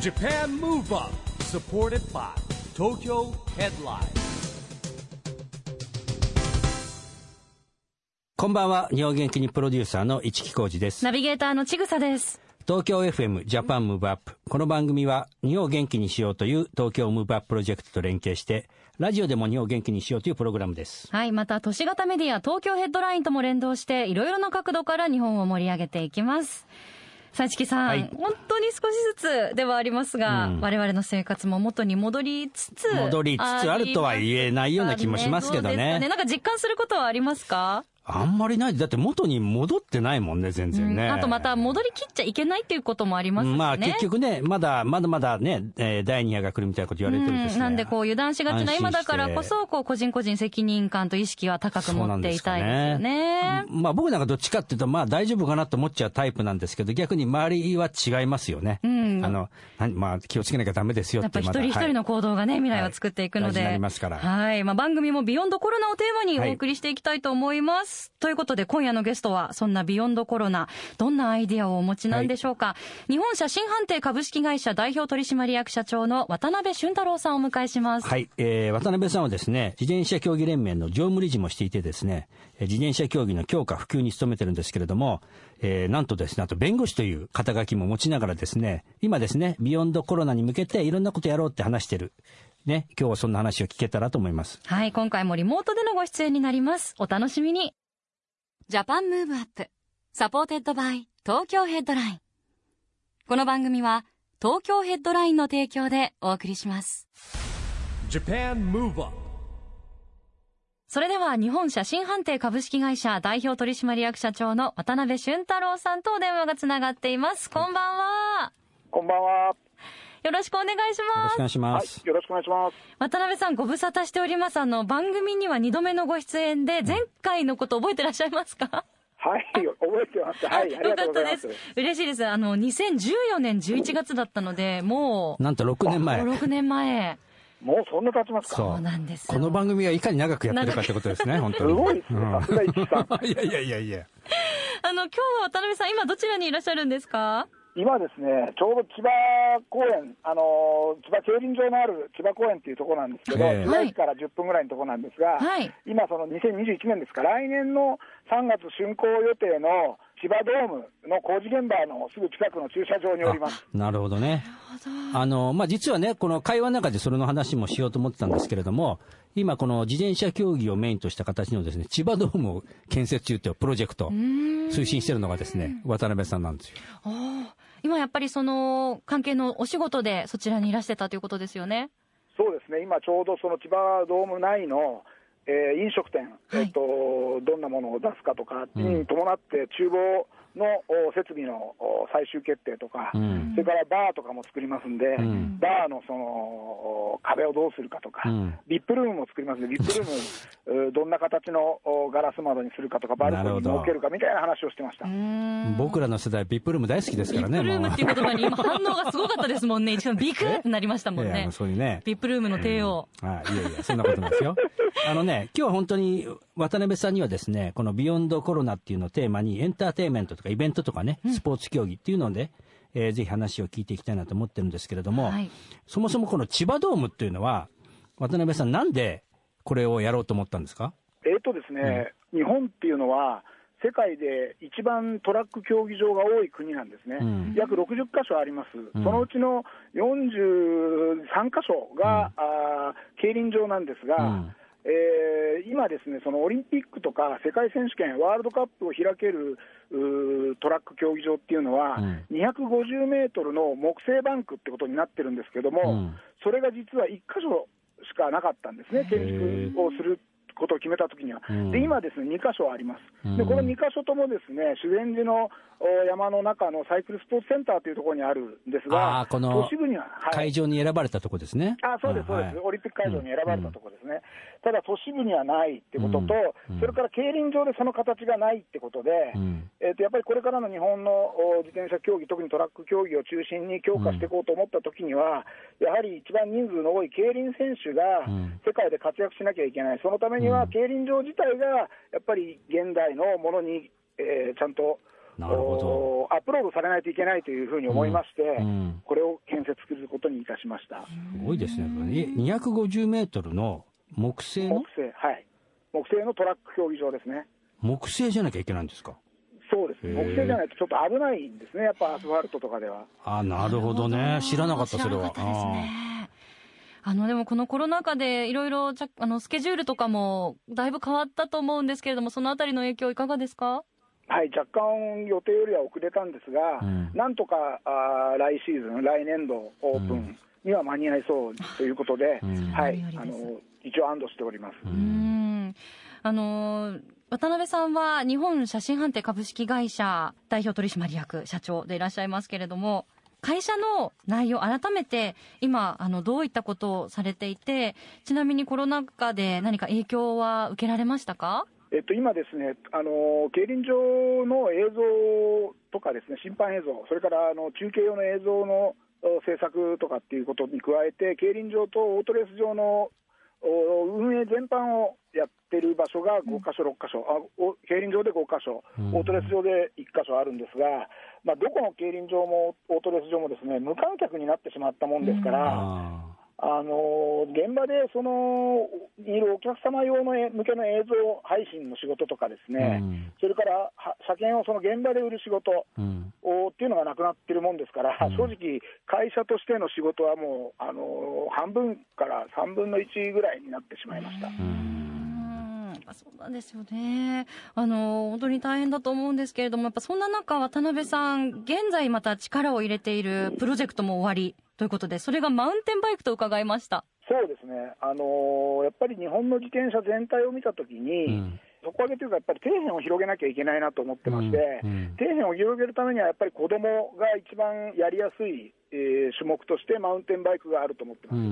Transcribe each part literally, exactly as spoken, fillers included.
Japan Move Up supported by Tokyo Headline。 こんばんは。日本元気にプロデューサーの市木浩司です。 ナビゲーターのちぐさです。 東京 エフエム ジャパンムーブアップ。この番組は日本を元気にしようという東京ムーブアッププロジェクトと連携してラジオでも日本を元気にしようというプログラムです。 はい。また都市型メディア東京ヘッドラインとも連動していろいろな角度から日本を盛り上げていきます。さあ市木さん、はい、本当に少しずつではありますが、うん、我々の生活も元に戻りつつ戻りつつあるとは言えないような気もしますけど ね, ね, ねなんか実感することはありますか？ あんまりない。だって元に戻ってないもんね、全然ね、 うん、あとまた戻り切っちゃいけないっていうこともありますしね。 まあ結局ね、まだまだまだね、えー、だいに波が来るみたいなこと言われてるんですね、 うん、なんでこう油断しがちな今だからこそこう個人個人責任感と意識は高く持っていたいですよね。 まあ僕なんかどっちかっていうとまあ大丈夫かなと思っちゃうタイプなんですけど、逆に周りは違いますよね、うん、あのまあ気をつけなきゃダメですよって。 やっぱ一人一人の行動がね、はい、未来を作っていくので、はい、大事になりますから、はいまあ、番組もビヨンドコロナをテーマにお送りしていきたいと思います、はい、ということで今夜のゲストはそんなビヨンドコロナどんなアイディアをお持ちなんでしょうか、はい、日本写真判定株式会社代表取締役社長の渡辺俊太郎さんをお迎えします。 はい、えー、渡辺さんはですね、自転車競技連盟の常務理事もしていてですね、自転車競技の強化普及に努めてるんですけれども、えー、なんとですね、あと弁護士という肩書きも持ちながらですね、今ですねビヨンドコロナに向けていろんなことやろうって話してるね、今日はそんな話を聞けたらと思います。 はい、今回もリモートでのご出演になります。お楽しみに。ジャパンムーブアップサポーテッドバイ東京ヘッドライン。この番組は東京ヘッドラインの提供でお送りします。 Japan Move Up。 それでは日本写真判定株式会社代表取締役社長の渡辺俊太郎さんとお電話がつながっています。こんばんは。 こんばんは。 よろしくお願いします。 よろしくお願いします。 はい、よろしくお願いします。 渡辺さんご無沙汰しております。あの番組にはにどめのご出演で、前回のこと覚えてらっしゃいますか？ はい、覚えてます。はい、ありがとうございます。 よかったです。嬉しいです。あのにせんじゅうよねんじゅういちがつだったので、もうなんとろくねんまえ。 ろくねんまえ。 もうそんな経ちますか？ そうなんですよ。 この番組がいかに長くやってるかってことですね。本当に。 すごいですね。さすが市さん。 いやいやいやいや。 あの今日は渡辺さん今どちらにいらっしゃるんですか？ 今ですね、ちょうど千葉公園、あの千葉競輪場のある千葉公園っていうところなんですけど、千葉駅からじゅっぷんぐらいのところなんですが、はい、今そのにせんにじゅういちねんですか、来年のさんがつ竣工予定の千葉ドームの工事現場のすぐ近くの駐車場におります。 なるほどね。あの、まあ、実はね、この会話の中でそれの話もしようと思ってたんですけれども、今この自転車競技をメインとした形のですね、千葉ドームを建設中というプロジェクト推進しているのがですね、渡辺さんなんですよ。 今やっぱりその関係のお仕事でそちらにいらしてたということですよね。 そうですね。今ちょうどその千葉ドーム内の、えー、飲食店、はい、えっと、どんなものを出すかとかに伴って厨房の設備の最終決定とか、うん、それからバーとかも作りますんで、うん、バーのその壁をどうするかとか、うん、ビップルームも作りますんで、ビップルームどんな形のガラス窓にするかとか、バルコニーに設けるかみたいな話をしてました。 僕らの世代ビップルーム大好きですからね。 ビップルームっていう言葉に今反応がすごかったですもんね。一番ビクッとなりましたもんね。いやそういうね、ビップルームの帝王、 うん、あいやいやそんなことないですよ。あのね、今日は本当に渡辺さんにはですね、このビヨンドコロナっていうのをテーマにエンターテインメントとかイベントとかね、スポーツ競技っていうので、えー、ぜひ話を聞いていきたいなと思ってるんですけれども、はい、そもそもこの千葉ドームっていうのは渡辺さんなんでこれをやろうと思ったんですか？ えーとですね、うん、日本っていうのは世界で一番トラック競技場が多い国なんですね、うん、約ろくじゅっかしょあります、うん、そのうちのよんじゅうさんかしょが、うん、あ競輪場なんですが、うんえー、今ですね、そのオリンピックとか世界選手権、ワールドカップを開けるトラック競技場っていうのは、うん、にひゃくごじゅうメートルの木製バンクってことになってるんですけども、うん、それが実はいっかしょしかなかったんですね、建築をすることを決めたときには、うん、で今ですねにかしょあります、うん、でこのにかしょともですね修善寺の山の中のサイクルスポーツセンターというところにあるんですが、 あこの都市部には、はい、会場に選ばれたところですね。 あそうですそうです、はい、オリンピック会場に選ばれたところですね、うん、ただ都市部にはないってことと、うん、それから競輪場でその形がないってことで、うんえー、とやっぱりこれからの日本の自転車競技、特にトラック競技を中心に強化していこうと思ったときには、うん、やはり一番人数の多い競輪選手が世界で活躍しなきゃいけない、そのためには競輪場自体がやっぱり現代のものに、えー、ちゃんとなるほどアップロードされないといけないというふうに思いまして、うんうん、これを建設することにいたしました。 すごいですね。にひゃくごじゅうメートルの木製の木製、はい、木製のトラック競技場ですね。 木製じゃなきゃいけないんですか？ そうです。木製じゃないとちょっと危ないんですね、やっぱアスファルトとかでは。 あ、なるほどね。知らなかった、それは。 あのでもこのコロナ禍でいろいろあのスケジュールとかもだいぶ変わったと思うんですけれども、そのあたりの影響いかがですか？ はい、若干予定よりは遅れたんですが、うん、なんとかあ来シーズン、来年度オープンには間に合いそうということで、うん、はい、あの一応安堵しております。 うん、あの渡辺さんは日本写真判定株式会社代表取締役社長でいらっしゃいますけれども、会社の内容改めて今あのどういったことをされていて、ちなみにコロナ禍で何か影響は受けられましたか？ えっと、今ですね、あの競輪場の映像とかですね、審判映像、それからあの中継用の映像の制作とかっていうことに加えて、競輪場とオートレース場の運営全般をやってる場所がごかしょ、ろっかしょ、あ競輪場でごかしょ、オートレース場でいっかしょあるんですが、まあ、どこの競輪場もオートレース場もですね、無観客になってしまったもんですから、あの現場でそのいるお客様用の向けの映像配信の仕事とかですね、うん、それから車検をその現場で売る仕事を、うん、っていうのがなくなってるもんですから、うん、正直会社としての仕事はもうあの半分からさんぶんのいちぐらいになってしまいました。 そうなんですよね。あの本当に大変だと思うんですけれども、やっぱそんな中渡辺さん現在また力を入れているプロジェクトも終わりということで、それがマウンテンバイクと伺いました。 そうですね、あのー、やっぱり日本の自転車全体を見たときに、うん、底上げというかやっぱり底辺を広げなきゃいけないなと思ってまして、うんうん、底辺を広げるためにはやっぱり子どもが一番やりやすい、えー、種目としてマウンテンバイクがあると思ってます。うん、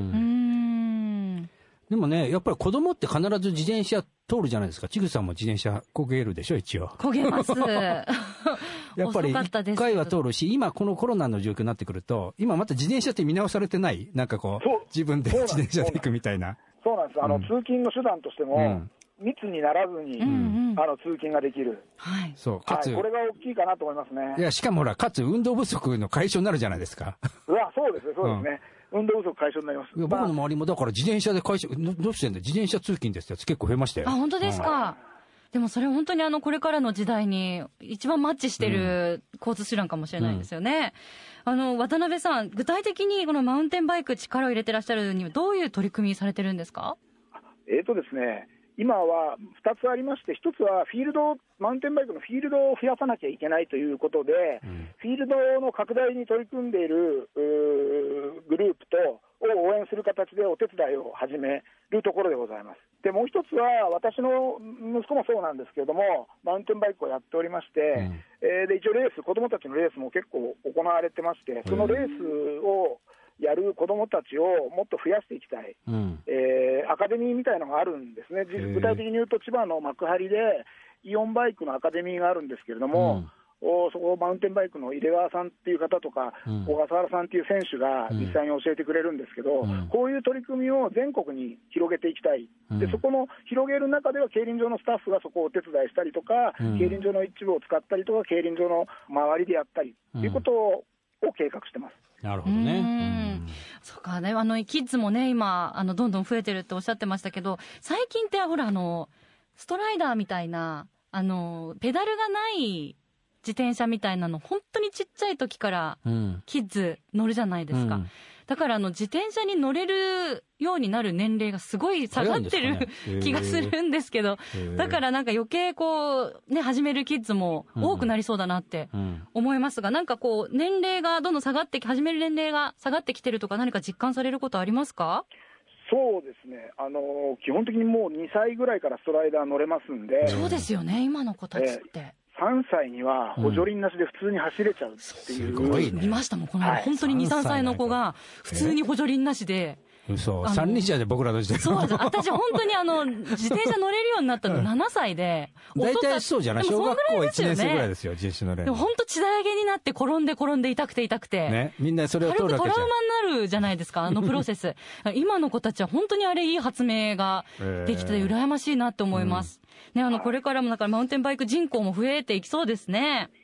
でもね、やっぱり子供って必ず自転車通るじゃないですか。ちぐさんも自転車焦げるでしょ、一応。 焦げます。 やっぱり一回は通るし、今このコロナの状況になってくると、今また自転車って見直されてない、なんかこう、自分で自転車で行くみたいな。 そうなんです。あの、うん、通勤の手段としても、うん密にならずに、うんうん、あの通勤ができる、 はい、 そうかつ、 はい、これが大きいかなと思いますね。 いやしかもほら、かつ運動不足の解消になるじゃないですか。 うわそうですね、そうですね、うん、運動不足解消になります。 いや僕の周りもだから自転車で解消、どうしてんだ、自転車通勤ですってやつ結構増えましたよ。 あ本当ですか、うん、でもそれ本当にあのこれからの時代に一番マッチしてる交通手段かもしれないですよね、うん、あの渡辺さん、具体的にこのマウンテンバイク力を入れてらっしゃるにはどういう取り組みされてるんですか？ えーとですね今はふたつありまして、ひとつはフィールド、マウンテンバイクのフィールドを増やさなきゃいけないということで、うん、フィールドの拡大に取り組んでいるグループとを応援する形でお手伝いを始めるところでございます。でもう一つは私の息子もそうなんですけれども、マウンテンバイクをやっておりまして、うんえー、で一応レース、子どもたちのレースも結構行われてまして、そのレースをやる子どもたちをもっと増やしていきたい、うんえー、アカデミーみたいなのがあるんですね。具体的に言うと千葉の幕張でイオンバイクのアカデミーがあるんですけれども、うん、おそこマウンテンバイクの井出川さんっていう方とか、うん、小笠原さんっていう選手が実際に教えてくれるんですけど、うん、こういう取り組みを全国に広げていきたい、うん、でそこの広げる中では競輪場のスタッフがそこをお手伝いしたりとか、うん、競輪場の一部を使ったりとか、競輪場の周りでやったりということを、うん、を計画してます。 なるほどね。 うんそうかね、あのキッズもね今あのどんどん増えてるっておっしゃってましたけど、最近ってほらあのストライダーみたいなあのペダルがない自転車みたいなの本当にちっちゃい時からキッズ乗るじゃないですか、うん、だからあの自転車に乗れるようになる年齢がすごい下がってる、ね、気がするんですけど、だからなんか余計こうね始めるキッズも多くなりそうだなって思いますが、うんうん、なんかこう年齢がどんどん下がって始める年齢が下がってきてるとか何か実感されることありますか？ そうですね、あの基本的にもうにさいぐらいからストライダー乗れますんで。 そうですよね、今の子たちって、えーさんさいには補助輪なしで普通に走れちゃうっていう、 うん、すごいね。 見ましたもんこの間、はい、本当にに、さんさいの子が普通に補助輪なしで、 嘘、三輪車で僕らの時代。 そうです。私本当にあの自転車乗れるようになったのななさいで、 大体そうじゃない。小学校いちねん生ぐらいですよ、自転車乗れる。 でも本当血だらけになって転んで転んで痛くて痛くて、 ね、みんなそれを通るわけじゃん。 軽くトラウマになるじゃないですか、あのプロセス。今の子たちは本当にあれいい発明ができて羨ましいなって思います。えーうん、ね、あのこれからもだからマウンテンバイク人口も増えていきそうですね。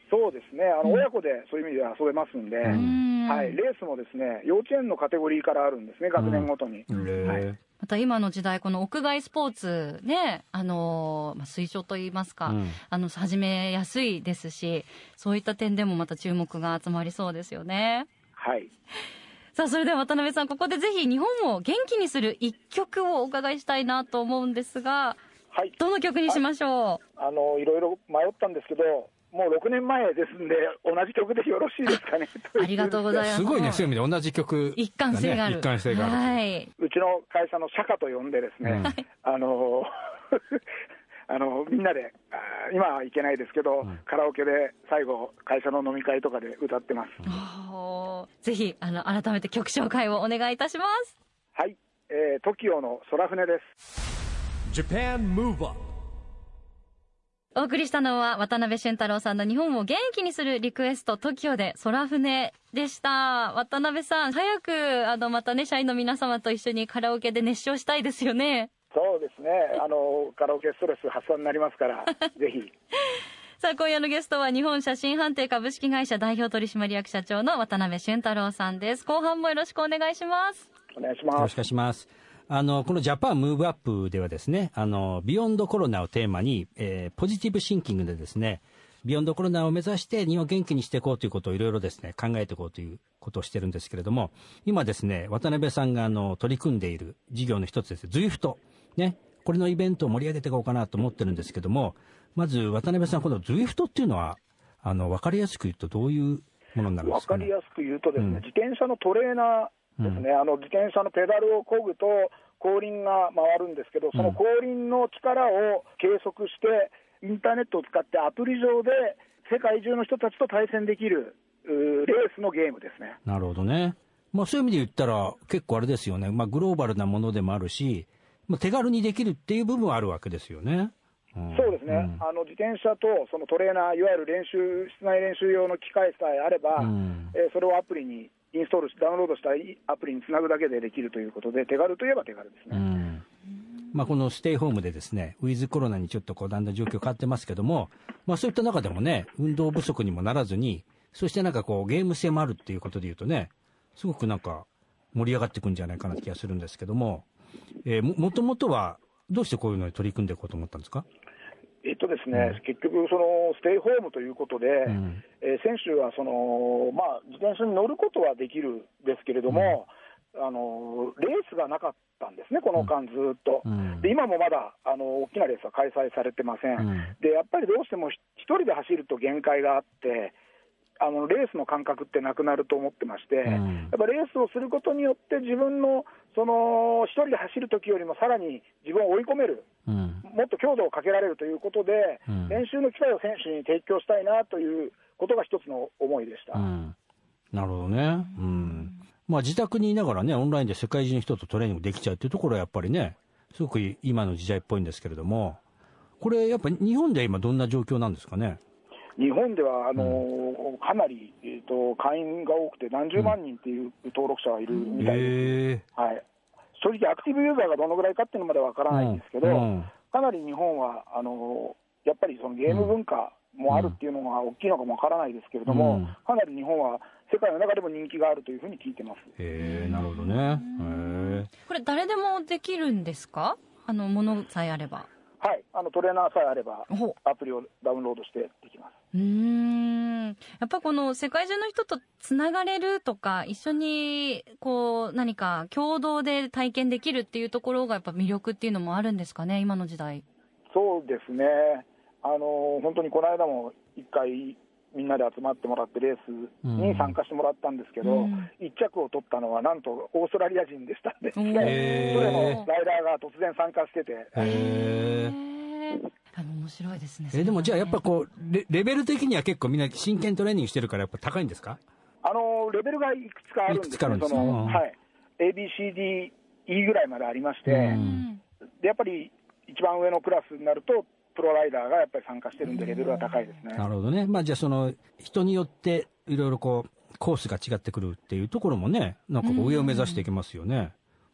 そうですね、あの、うん、親子でそういう意味では遊べますんで、うん、はい、レースもですね、幼稚園のカテゴリーからあるんですね、学年ごとに。うん、はい、 また今の時代、この屋外スポーツね、あのまあ、推奨といいますか、うん、あの始めやすいですし、そういった点でもまた注目が集まりそうですよね。 はい。 さあ、それでは渡辺さん、ここでぜひ日本を元気にする一曲をお伺いしたいなと思うんですが、はい、どの曲にしましょう？ あのいろいろ迷ったんですけど、もうろくねんまえですんで、同じ曲でよろしいですかね。 ありがとうございます。 すごいね、そういう意味で同じ曲、ね、 一貫性がある。 一貫性がある。 はい。 うちの会社の社歌と呼んでですね、うん、あのあのみんなで、今はいけないですけど、うん、カラオケで最後会社の飲み会とかで歌ってます。 ぜひあの改めて曲紹介をお願いいたします。 はい、えー、トキオの空船です。 Japan Move Up。 お送りしたのは渡辺俊太郎さんの日本を元気にするリクエスト トキオ で空船でした。渡辺さん、早くあのまたね、社員の皆様と一緒にカラオケで熱唱したいですよね。 そうですね、あのカラオケストレス発散になりますからぜひ。 さあ、今夜のゲストは日本写真判定株式会社代表取締役社長の渡辺俊太郎さんです。後半もよろしくお願いします。 お願いします。 よろしくお願いします。あのこのジャパンムーブアップではですね、あのビヨンドコロナをテーマに、えー、ポジティブシンキングでですね、ビヨンドコロナを目指して日本を元気にしていこうということをいろいろですね考えていこうということをしてるんですけれども、今ですね渡辺さんがあの取り組んでいる事業の一つですね、ズイフトね、これのイベントを盛り上げていこうかなと思ってるんですけども、まず渡辺さん、このズイフトっていうのはあの分かりやすく言うとどういうものになるんですかね。 分かりやすく言うとですね、うん、自転車のトレーナーですね、うん、あの自転車のペダルを漕ぐと後輪が回るんですけど、その後輪の力を計測してインターネットを使ってアプリ上で世界中の人たちと対戦できるレースのゲームですね。 なるほどね、まあ、そういう意味で言ったら結構あれですよね、まあ、グローバルなものでもあるし、まあ、手軽にできるっていう部分はあるわけですよね。 うん、そうですね、うん、あの自転車とそのトレーナー、いわゆる練習室内練習用の機械さえあれば、うん、えー、それをアプリにインストールしダウンロードしたアプリにつなぐだけでできるということで、手軽といえば手軽ですね。うん、 まあ、このステイホームでですね、ウィズコロナにちょっとこうだんだん状況変わってますけども、まあ、そういった中でもね、運動不足にもならずに、そしてなんかこうゲーム性もあるっていうことでいうとね、すごくなんか盛り上がっていくんじゃないかなって気がするんですけども、えー、も, もともとはどうしてこういうのに取り組んでいこうと思ったんですか。 えっとですね、うん、結局そのステイホームということで、うん、えー、選手はその、まあ、自転車に乗ることはできるんですけれども、うん、あのレースがなかったんですね、この間ずっと、うん、で今もまだあの大きなレースは開催されてません、うん、でやっぱりどうしても一人で走ると限界があって、あのレースの感覚ってなくなると思ってまして、うん、やっぱレースをすることによって自分のその一人で走るときよりもさらに自分を追い込める、うん、もっと強度をかけられるということで、うん、練習の機会を選手に提供したいなということが一つの思いでした。うん、 なるほどね、うん、まあ、自宅にいながらねオンラインで世界中の人とトレーニングできちゃうというところはやっぱりねすごく今の時代っぽいんですけれども、これやっぱり日本では今どんな状況なんですかね。 日本ではあの、うん、かなり、えーと、会員が多くて何十万人っていう登録者がいるみたいです、うん、はい、正直アクティブユーザーがどのぐらいかっていうのまではわからないんですけど、うん、かなり日本はあのやっぱりそのゲーム文化もあるっていうのが大きいのかもわからないですけれども、うん、かなり日本は世界の中でも人気があるというふうに聞いてます。 へー、なるほどね。へー、 これ誰でもできるんですか、あのものさえあれば。 はい、あのトレーナーさえあればアプリをダウンロードしてできます。 うーん、やっぱこの世界中の人とつながれるとか一緒にこう何か共同で体験できるっていうところがやっぱ魅力っていうのもあるんですかね、今の時代。 そうですね、あの本当にこの間も一回みんなで集まってもらってレースに参加してもらったんですけど、うん、いっ着を取ったのはなんとオーストラリア人でしたんで、それのライダーが突然参加してて、 へー、あの面白いですね。 えでもじゃあやっぱこう レ, レベル的には結構みんな真剣トレーニングしてるからやっぱ高いんですか。 あのレベルがいくつかあるんですけど、その、はい、エービーシーディーイー ぐらいまでありまして、うん、でやっぱり一番上のクラスになるとプロライダーがやっぱり参加してるんでレベルは高いですね。 なるほどね。まあじゃあその人によっていろいろこうコースが違ってくるっていうところもね、なんかこう上を目指していきますよね。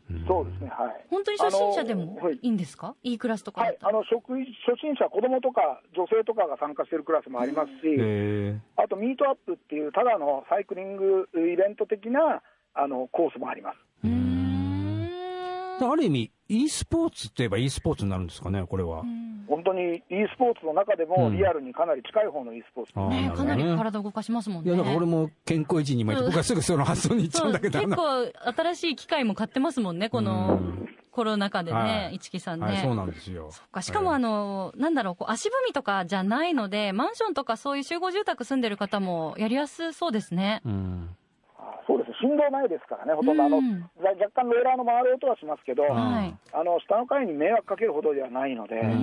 そうですね、はい。 本当に初心者でもいいんですか？ E クラスとかだったら。 はい、あの職初心者、子供とか女性とかが参加しているクラスもありますし、あとミートアップっていうただのサイクリングイベント的なあのコースもあります。 うーん、ある意味 e スポーツって言えば e スポーツになるんですかね、これは。 本当に e スポーツの中でもリアルにかなり近い方の e スポーツ、 うんね、かなり体を動かしますもんね。 いやだから俺も健康維持にも僕はすぐその発想に行っちゃうんだけど、 結構新しい機械も買ってますもんね、このコロナ禍でね、市木さんね、 はい、そうなんですよ。 そっか、しかもあの、はい、なんだろう、こう足踏みとかじゃないので、マンションとかそういう集合住宅住んでる方もやりやすそうですね。 うん、 そうです、振動ないですからね、ほとんどあの、うん、若干ローラーの回る音はしますけど、はい、あの下の階に迷惑かけるほどではないので、うん、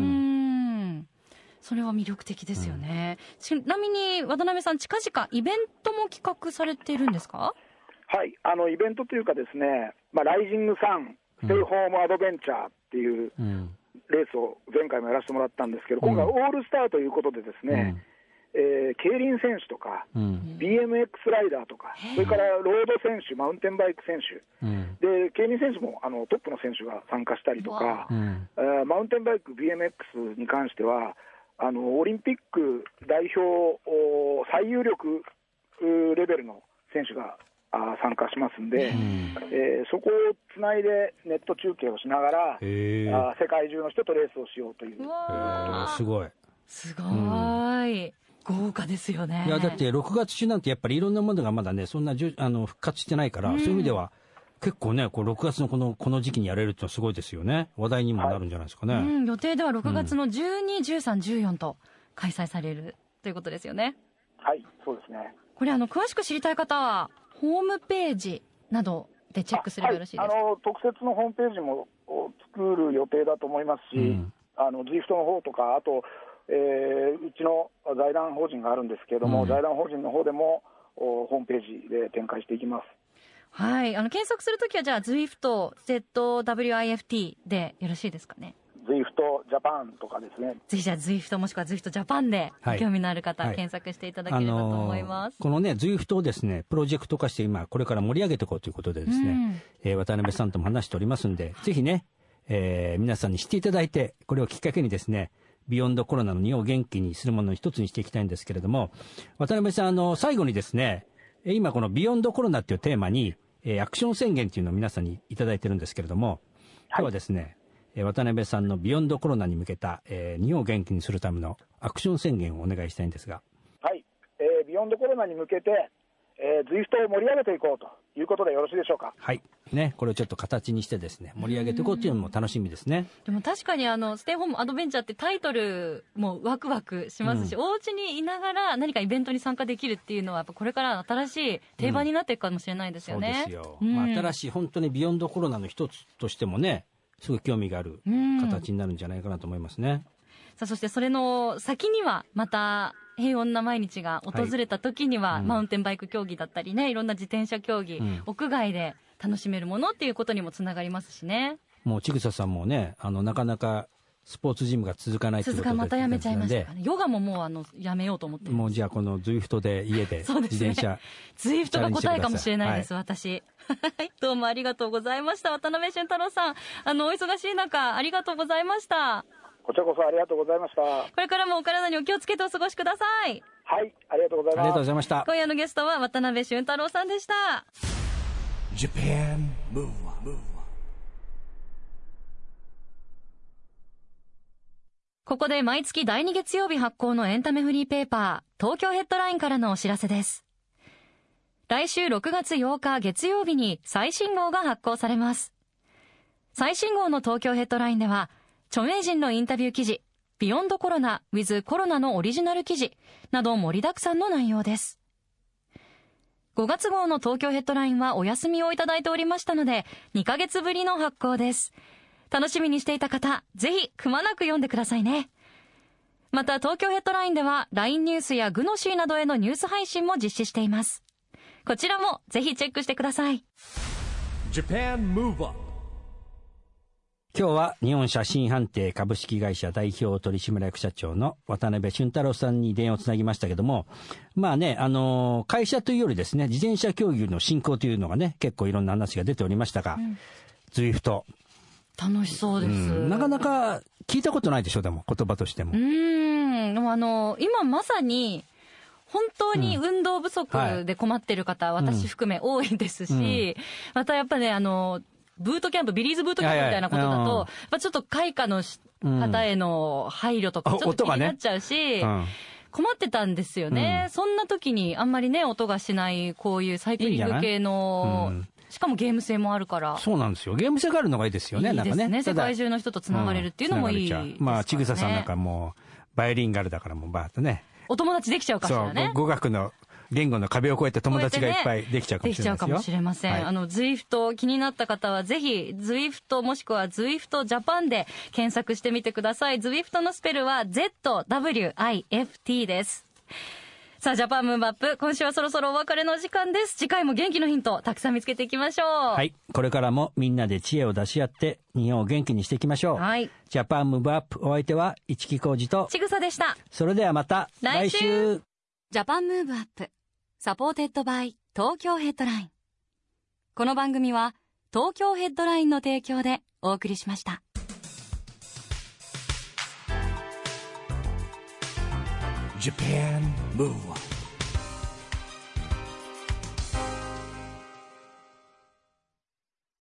それは魅力的ですよね。うん、ちなみに渡辺さん、近々イベントも企画されているんですか？ はい、あのイベントというかですね、まあ、ライジングサンステイホームアドベンチャーっていうレースを前回もやらせてもらったんですけど、今回オールスターということでですね、うん、えー、競輪選手とか、うん、ビーエムエックス ライダーとか、それからロード選手、マウンテンバイク選手、うん、で競輪選手もあのトップの選手が参加したりとか、うん、えー、マウンテンバイク ビーエムエックス に関してはあのオリンピック代表最有力レベルの選手があ参加しますんで、うん、えー、そこをつないでネット中継をしながら、あ世界中の人とレースをしようという。 すごいすごい、うん、豪華ですよね。 いやだってろくがつ中なんてやっぱりいろんなものがまだねそんなじゅあの復活してないから、うん、そういう意味では結構ねこうろくがつのこのこの時期にやれるっていうのはすごいですよね。話題にもなるんじゃないですかね。はい、うん、 予定ではろくがつのじゅうに、じゅうさん、じゅうよんと開催されるということですよね。 はい、そうですね。 これあの詳しく知りたい方はホームページなどでチェックすればよろしいですか？ はい、あの特設のホームページも作る予定だと思いますし、うん、あの ズイフト の方とか、あと、えー、うちの財団法人があるんですけれども、うん、財団法人の方でもホームページで展開していきます。 はい、あの検索するときはじゃあ ズイフト、ゼットダブリューアイエフティー でよろしいですかね？ ズイフト ジャパンとかですね。 ぜひじゃあ ズイフト もしくは ズイフト ジャパンで興味のある方、はい、検索していただければと思います。 あのー、このね ズイフト をですねプロジェクト化して今これから盛り上げていこうということでですね、うん、えー、渡辺さんとも話しておりますんで、ぜひね、えー、皆さんに知っていただいて、これをきっかけにですねビヨンドコロナの日本を元気にするものの一つにしていきたいんですけれども、渡辺さん、あの最後にですね、今このビヨンドコロナっていうテーマに、えー、アクション宣言っていうのを皆さんにいただいてるんですけれども、今日はですね、はい、渡辺さんのビヨンドコロナに向けた、えー、日本を元気にするためのアクション宣言をお願いしたいんですが。 はい、えー、ビヨンドコロナに向けて、えー、ズイフトを盛り上げていこうということでよろしいでしょうか？ はいね、これをちょっと形にしてですね盛り上げていこうというのも楽しみですね。 でも確かにあのステイホームアドベンチャーってタイトルもワクワクしますし、うん、お家にいながら何かイベントに参加できるっていうのはやっぱこれから新しい定番になっていくかもしれないですよね。 うん、そうですよ、うん、まあ、新しい本当にビヨンドコロナの一つとしてもねすごい興味がある形になるんじゃないかなと思いますね。うん、 さあそしてそれの先にはまた平穏な毎日が訪れた時には、はい、うん、マウンテンバイク競技だったりね、いろんな自転車競技、うん、屋外で楽しめるものっていうことにもつながりますしね。 もう千草さんもね、あのなかなかスポーツジムが続かないということで、 またやめちゃいましたからね。ヨガももうあのやめようと思ってます。 もうじゃあこのズイフトで家で自転車、ね、 ズイフトが答えかもしれないです、はい、私どうもありがとうございました。渡辺俊太郎さん、あのお忙しい中ありがとうございました。 こちらこそありがとうございました。これからもお体にお気をつけてお過ごしください。 はい、ありがとうございます。 ありがとうございました。 今夜のゲストは渡辺俊太郎さんでした。Japan Move On。ここで毎月だいに月曜日発行のエンタメフリーペーパー、東京ヘッドラインからのお知らせです。来週ろくがつようか月曜日に最新号が発行されます。最新号の東京ヘッドラインでは、著名人のインタビュー記事、ビヨンドコロナ with コロナのオリジナル記事など盛りだくさんの内容です。ごがつ号の東京ヘッドラインはお休みをいただいておりましたので、にかげつぶりの発行です。楽しみにしていた方、ぜひくまなく読んでくださいね。また東京ヘッドラインでは ライン ニュースやグノシーなどへのニュース配信も実施しています。こちらもぜひチェックしてください。 Japan Move Up。今日は日本写真判定株式会社代表取締役社長の渡辺俊太郎さんに電話をつなぎましたけども、まあね、あの会社というよりですね、自転車競技の振興というのがね、結構いろんな話が出ておりましたが、うん、 ズイフト。 楽しそうです、うん、 なかなか聞いたことないでしょ、でも言葉としても。 うーん、でもあの今まさに本当に運動不足で困ってる方、うん、私含め多いですし、うん、またやっぱね、あのブートキャンプ、ビリーズブートキャンプみたいなことだと、はいはい、やっぱちょっと開花の方への配慮とかちょっと気になっちゃうし、うん、困ってたんですよね、うん、そんな時にあんまりね音がしないこういうサイクリング系のいい、うん、しかもゲーム性もあるから。 そうなんですよ、ゲーム性があるのがいいですよね。 いいですね、 なんかね、 世界中の人とつながれるっていうのもいいですからね、 うん、まあちぐささんなんかもうバイリンガルだからもうバーッとねお友達できちゃうかしらね。 そう、語学の言語の壁を越えて友達がいっぱいできちゃうかもしれないですよ。できちゃうかもしれません、はい、あの ズイフト 気になった方はぜひ ズイフト もしくは ズイフト ジャパンで検索してみてください。 ズイフト のスペルは ゼットダブリューアイエフティー です。さあジャパンムーブアップ、今週はそろそろお別れの時間です。次回も元気のヒントたくさん見つけていきましょう。 はい、これからもみんなで知恵を出し合って日本を元気にしていきましょう。はい、ジャパンムーブアップ、お相手は市木浩二とちぐさでした。 それではまた来週。 来週ジャパンムーブアップサポーテッドバイ東京ヘッドライン。この番組は東京ヘッドラインの提供でお送りしました。 Japan Move Up